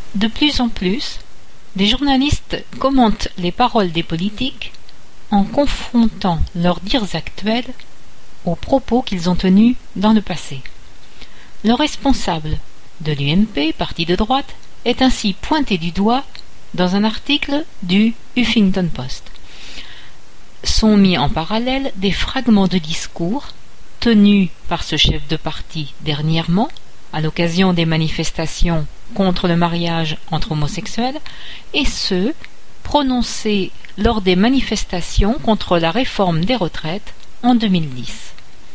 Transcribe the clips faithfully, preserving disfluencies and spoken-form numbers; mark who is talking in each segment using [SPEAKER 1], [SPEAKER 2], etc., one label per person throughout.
[SPEAKER 1] De plus en plus, des journalistes commentent les paroles des politiques en confrontant leurs dires actuels aux propos qu'ils ont tenus dans le passé. Le responsable de l'U M P, parti de droite, est ainsi pointé du doigt dans un article du Huffington Post. Sont mis en parallèle des fragments de discours tenus par ce chef de parti dernièrement, à l'occasion des manifestations contre le mariage entre homosexuels, et ceux prononcés lors des manifestations contre la réforme des retraites en deux mille dix.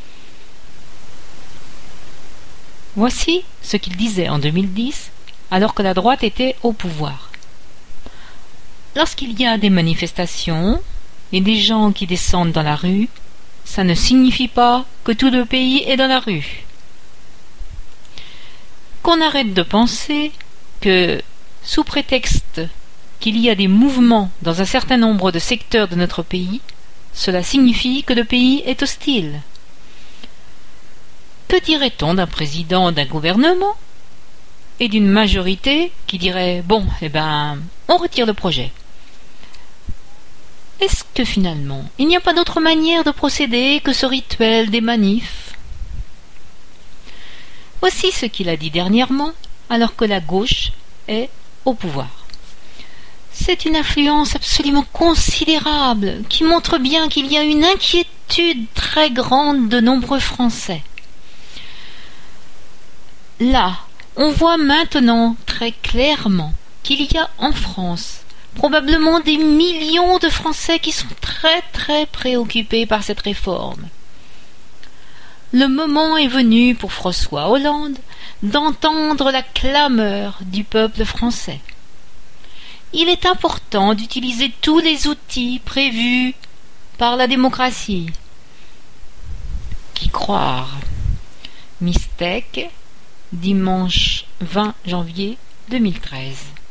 [SPEAKER 1] Voici ce qu'il disait en deux mille dix, alors que la droite était au pouvoir. Lorsqu'il y a des manifestations et des gens qui descendent dans la rue, ça ne signifie pas que tout le pays est dans la rue. Qu'on arrête de penser que, sous prétexte qu'il y a des mouvements dans un certain nombre de secteurs de notre pays, cela signifie que le pays est hostile. Que dirait-on d'un président d'un gouvernement et d'une majorité qui dirait « Bon, eh ben, on retire le projet ». Est-ce que finalement, il n'y a pas d'autre manière de procéder que ce rituel des manifs? Voici ce qu'il a dit dernièrement, alors que la gauche est au pouvoir. C'est une influence absolument considérable qui montre bien qu'il y a une inquiétude très grande de nombreux Français. Là, on voit maintenant très clairement qu'il y a en France probablement des millions de Français qui sont très très préoccupés par cette réforme. Le moment est venu pour François Hollande d'entendre la clameur du peuple français. Il est important d'utiliser tous les outils prévus par la démocratie. Qu'y croire? Mistec, dimanche vingt janvier deux mille treize.